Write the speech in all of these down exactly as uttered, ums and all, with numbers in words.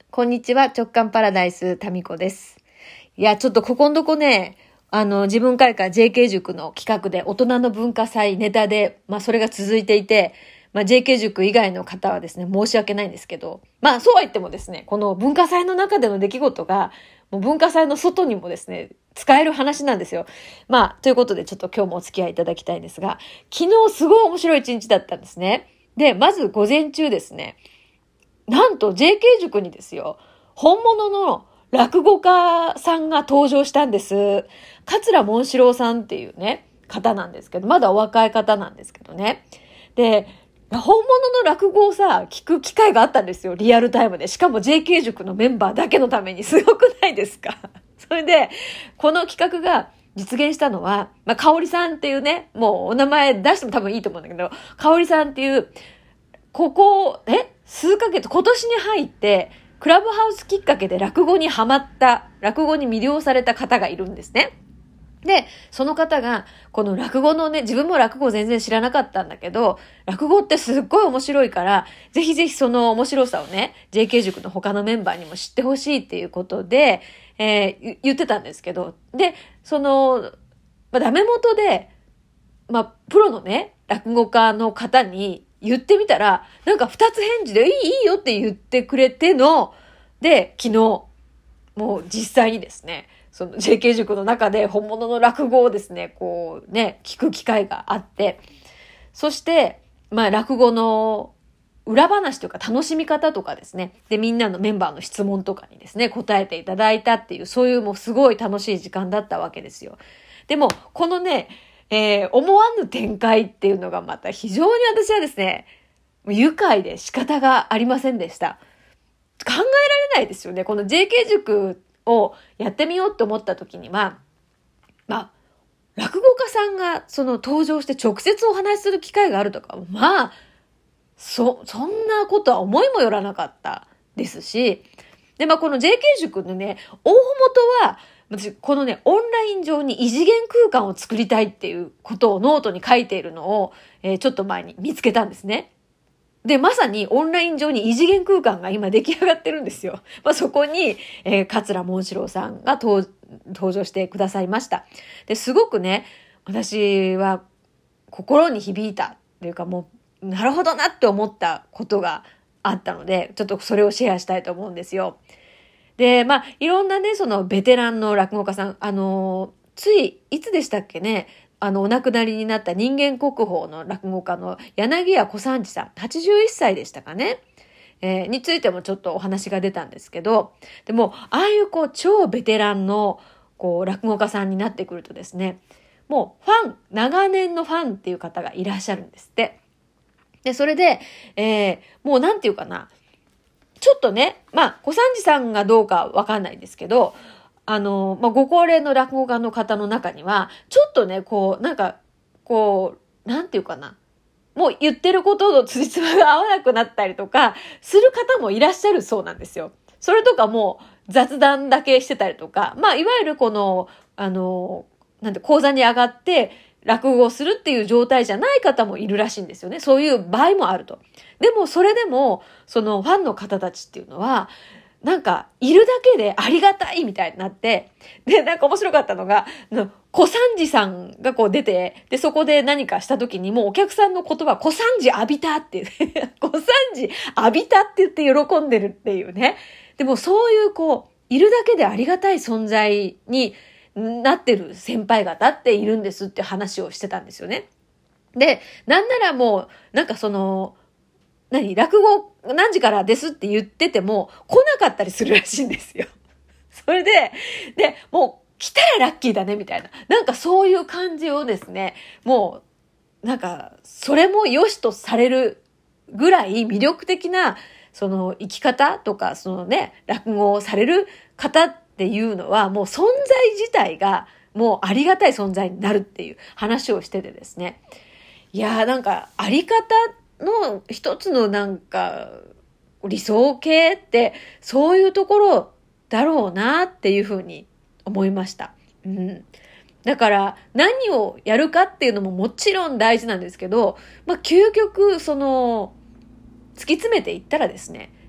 こんにちは、直感パラダイス、タミコです。いや、ちょっとここんとこね、あの、自分会館 ジェーケー 塾の企画で、大人の文化祭ネタで、まあ、それが続いていて、まあ、ジェーケー 塾以外の方はですね、申し訳ないんですけど、まあ、そうは言ってもですね、この文化祭の中での出来事が、もう文化祭の外にもですね、使える話なんですよ。まあ、ということで、ちょっと今日もお付き合いいただきたいんですが、昨日すごい面白い一日だったんですね。で、まず午前中ですね、なんと ジェーケー 塾にですよ、本物の落語家さんが登場したんです。桂紋四郎さんっていうね、方なんですけど、まだお若い方なんですけどね。で、本物の落語をさ、聞く機会があったんですよ、リアルタイムで。しかも ジェーケー 塾のメンバーだけのためにすごくないですか？それで、この企画が実現したのは、まあ、かおりさんっていうね、もうお名前出しても多分いいと思うんだけど、かおりさんっていう、ここ、え数ヶ月、今年に入って、クラブハウスきっかけで落語にハマった、落語に魅了された方がいるんですね。で、その方が、この落語のね、自分も落語全然知らなかったんだけど、落語ってすっごい面白いから、ぜひぜひその面白さをね、ジェーケー 塾の他のメンバーにも知ってほしいっていうことで、えー、言ってたんですけど、で、その、まあ、ダメ元で、まあ、プロのね、落語家の方に言ってみたら、なんか二つ返事でいい、いいよって言ってくれての、で、昨日、もう実際にですね、その ジェーケー 塾の中で本物の落語をですね、こうね、聞く機会があって、そして、まあ落語の裏話というか楽しみ方とかですね、で、みんなのメンバーの質問とかにですね、答えていただいたっていう、そういうもうすごい楽しい時間だったわけですよ。でも、このね、えー、思わぬ展開っていうのがまた非常に私はですね、愉快で仕方がありませんでした。考えられないですよね。この ジェーケー 塾をやってみようと思った時には、まあ、落語家さんがその登場して直接お話しする機会があるとか、まあ、そ、そんなことは思いもよらなかったですし、で、まあこの ジェーケー 塾のね、大元は、私、このね、オンライン上に異次元空間を作りたいっていうことをノートに書いているのを、えー、ちょっと前に見つけたんですね。で、まさにオンライン上に異次元空間が今出来上がってるんですよ。まあ、そこに、えー、桂紋四郎さんが登場してくださいました。で、すごくね、私は心に響いたっていうかもう、なるほどなって思ったことがあったので、ちょっとそれをシェアしたいと思うんですよ。で、まあ、いろんなね、そのベテランの落語家さん、あの、つい、いつでしたっけね、あの、お亡くなりになった人間国宝の落語家の柳家小三治さん、はちじゅういっさいでしたかね、えー、についてもちょっとお話が出たんですけど、でも、ああいうこう、超ベテランの、こう、落語家さんになってくるとですね、もう、ファン、長年のファンっていう方がいらっしゃるんですって。で、それで、えー、もうなんていうかな、ちょっとね、まあ、小三治さんがどうかわかんないんですけど、あの、まあ、ご高齢の落語家の方の中には、ちょっとね、こう、なんか、こう、なんていうかな。もう言ってることの辻褄が合わなくなったりとか、する方もいらっしゃるそうなんですよ。それとかも雑談だけしてたりとか、まあ、いわゆるこの、あの、なんて、講座に上がって、落語をするっていう状態じゃない方もいるらしいんですよね。そういう場合もあると。でも、それでも、そのファンの方たちっていうのは、なんか、いるだけでありがたいみたいになって、で、なんか面白かったのが、小三治さんがこう出て、で、そこで何かした時にもうお客さんの言葉、小三治浴びたって、小三治浴びたって言って喜んでるっていうね。でもそういうこう、いるだけでありがたい存在になってる先輩方っているんですって話をしてたんですよね。で、なんならもう、なんかその、何落語何時からですって言ってても来なかったりするらしいんですよ。それで、で、もう来たらラッキーだねみたいな。なんかそういう感じをですね、もう、なんか、それも良しとされるぐらい魅力的な、その生き方とか、そのね、落語をされる方っていうのは、もう存在自体がもうありがたい存在になるっていう話をしててですね。いやーなんか、あり方の一つのなんか理想形ってそういうところだろうなっていうふうに思いました。うん。だから何をやるかっていうのももちろん大事なんですけど、まあ究極その突き詰めていったらですね、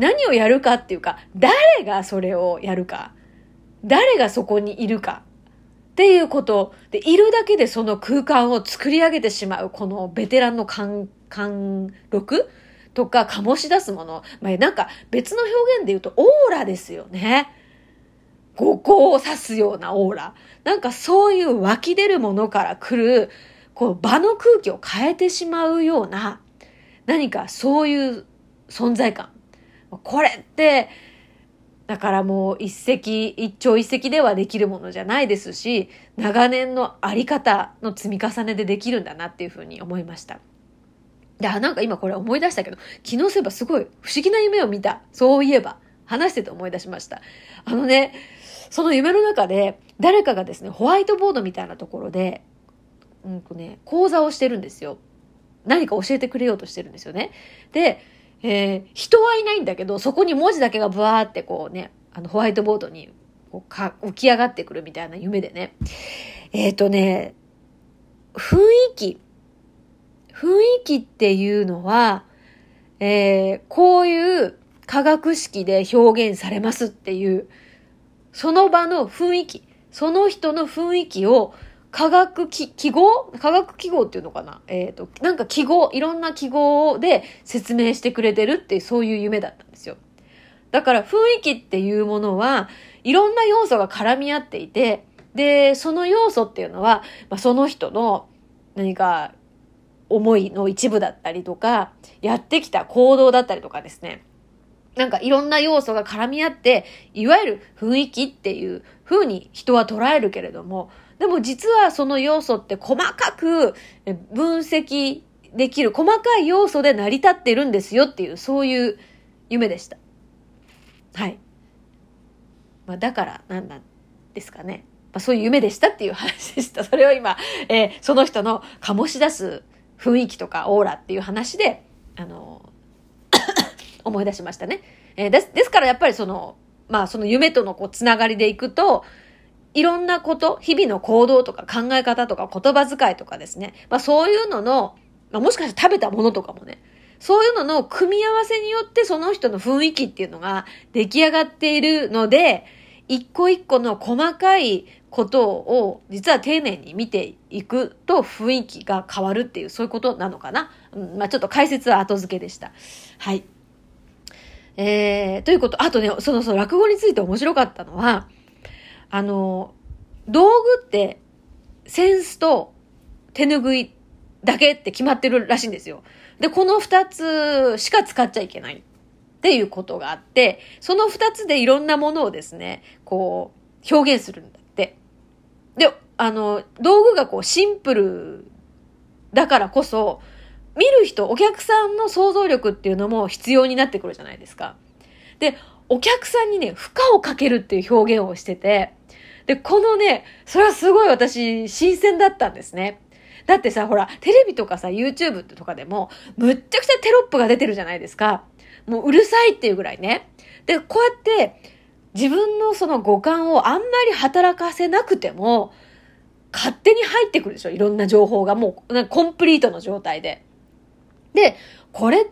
何をやるかっていうか、誰がそれをやるか、誰がそこにいるかっていうことで、いるだけでその空間を作り上げてしまう、このベテランの貫禄とか醸し出すもの。まあ、なんか別の表現で言うとオーラですよね。五光を指すようなオーラ。なんかそういう湧き出るものから来る、こう場の空気を変えてしまうような、何かそういう存在感。これって、だからもう一石、一鳥一石ではできるものじゃないですし、長年のあり方の積み重ねでできるんだなっていうふうに思いました。で、なんか今これ思い出したけど、昨日そういえばすごい不思議な夢を見た。そういえば、話してて思い出しました。あのね、その夢の中で誰かがですね、ホワイトボードみたいなところで、うんとね、講座をしてるんですよ。何か教えてくれようとしてるんですよね。で、えー、人はいないんだけど、そこに文字だけがブワーってこうね、あのホワイトボードにこうか浮き上がってくるみたいな夢でね。えっとね、雰囲気。雰囲気っていうのは、えー、こういう化学式で表現されますっていう、その場の雰囲気、その人の雰囲気を化学記号化学記号っていうのかなえっと、なんか記号、いろんな記号で説明してくれてるっていう、そういう夢だったんですよ。だから雰囲気っていうものは、いろんな要素が絡み合っていて、で、その要素っていうのは、まあ、その人の何か思いの一部だったりとか、やってきた行動だったりとかですね。なんかいろんな要素が絡み合って、いわゆる雰囲気っていう風に人は捉えるけれども、でも実はその要素って細かく分析できる、細かい要素で成り立ってるんですよっていう、そういう夢でした。はい。まあ、だから何なんですかね。まあ、そういう夢でしたっていう話でした。それを今、えー、その人の醸し出す雰囲気とかオーラっていう話で、あの思い出しましたね。えー、です、ですからやっぱりその、まあその夢とのこうつながりでいくと、いろんなこと、日々の行動とか考え方とか言葉遣いとかですね。まあそういうのの、まあもしかして食べたものとかもね、そういうのの組み合わせによってその人の雰囲気っていうのが出来上がっているので、一個一個の細かいことを実は丁寧に見ていくと雰囲気が変わるっていう、そういうことなのかな。うん、まあちょっと解説は後付けでした。はい。えー、ということ、あとね、そのその落語について面白かったのは、あの、道具って、扇子と手ぬぐいだけって決まってるらしいんですよ。で、この二つしか使っちゃいけないっていうことがあって、その二つでいろんなものをですね、こう、表現するんだって。で、あの、道具がこうシンプルだからこそ、見る人、お客さんの想像力っていうのも必要になってくるじゃないですか。で、お客さんにね、負荷をかけるっていう表現をしてて、で、このね、それはすごい私、新鮮だったんですね。だってさ、ほら、テレビとかさ、YouTube とかでも、むっちゃくちゃテロップが出てるじゃないですか。もううるさいっていうぐらいね。で、こうやって、自分のその五感をあんまり働かせなくても、勝手に入ってくるでしょ、いろんな情報がもう、コンプリートの状態で。で、これって、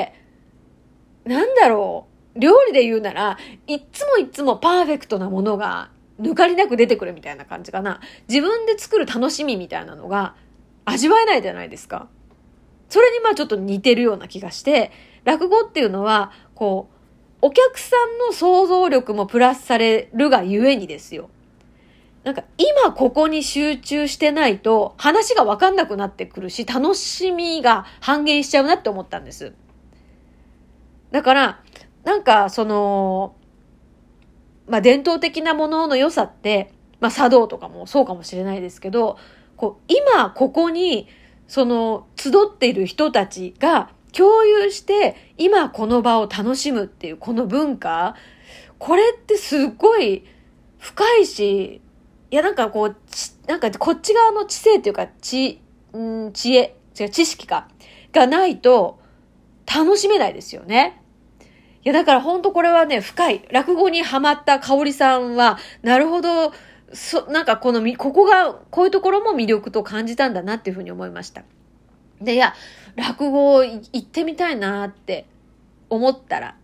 なんだろう、料理で言うなら、いっつもいっつもパーフェクトなものが抜かりなく出てくるみたいな感じかな。自分で作る楽しみみたいなのが味わえないじゃないですか。それにまあちょっと似てるような気がして、落語っていうのは、こう、お客さんの想像力もプラスされるがゆえにですよ。なんか今ここに集中してないと話が分かんなくなってくるし、楽しみが半減しちゃうなって思ったんです。だから、なんかその、まあ伝統的なものの良さって、まあ茶道とかもそうかもしれないですけど、こう今ここにその集っている人たちが共有して今この場を楽しむっていうこの文化、これってすっごい深いし、いやなんかこう、なんかこっち側の知性っていうか、知、ん知恵、違う、知識か、がないと楽しめないですよね。いやだから本当これはね、深い。落語にハマった香織さんは、なるほど、そ、なんかこの、ここが、こういうところも魅力と感じたんだなっていうふうに思いました。で、いや、落語行ってみたいなって思ったら、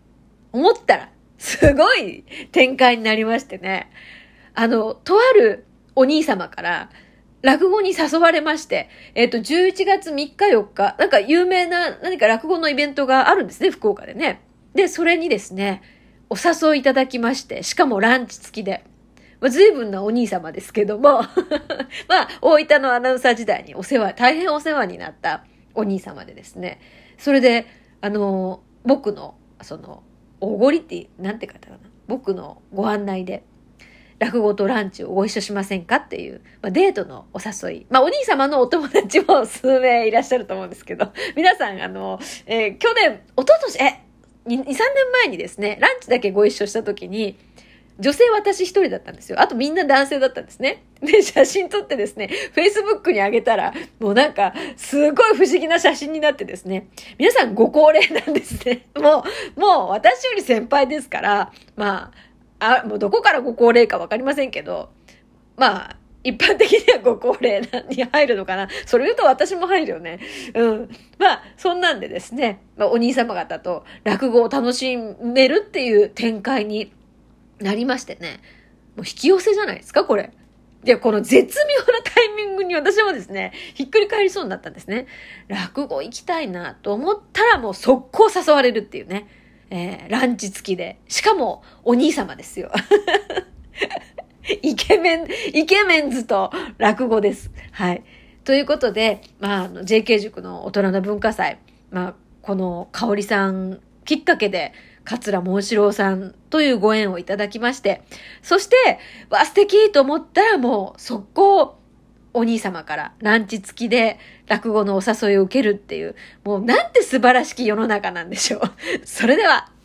思ったら、すごい展開になりましてね。あの、とあるお兄様から、落語に誘われまして、えっと、じゅういちがつみっかよっか、なんか有名な何か落語のイベントがあるんですね、福岡でね。で、それにですね、お誘いいただきまして、しかもランチ付きで。まあ、随分なお兄様ですけども、まあ、大分のアナウンサー時代にお世話、大変お世話になったお兄様でですね、それで、あの、僕の、その、おごりって、なんて書いたかな、僕のご案内で、落語とランチをご一緒しませんかっていう、まあ、デートのお誘い。まあ、お兄様のお友達も数名いらっしゃると思うんですけど、皆さん、あの、えー、去年、一昨年、え、に、さんねんまえにですね、ランチだけご一緒した時に、女性私一人だったんですよ。あとみんな男性だったんですね。で、写真撮ってですね、Facebook に上げたら、もうなんか、すごい不思議な写真になってですね、皆さんご高齢なんですね。もう、もう私より先輩ですから、まあ、あ、もうどこからご高齢かわかりませんけど、まあ、一般的にはご高齢に入るのかな。それ言うと私も入るよね。うん。まあ、そんなんでですね、まあ、お兄様方と落語を楽しめるっていう展開になりましてね。もう引き寄せじゃないですか、これ。で、この絶妙なタイミングに私もですね、ひっくり返りそうになったんですね。落語行きたいなと思ったらもう速攻誘われるっていうね。えー、ランチ付きで。しかも、お兄様ですよ。イケメン、イケメンズと落語です。はい。ということで、まあ、あの、ジェーケー 塾の大人の文化祭、まあ、この香織さんきっかけで、桂紋四郎さんというご縁をいただきまして、そして、わ、素敵と思ったらもう、速攻、お兄様からランチ付きで落語のお誘いを受けるっていう、もうなんて素晴らしき世の中なんでしょう。それでは、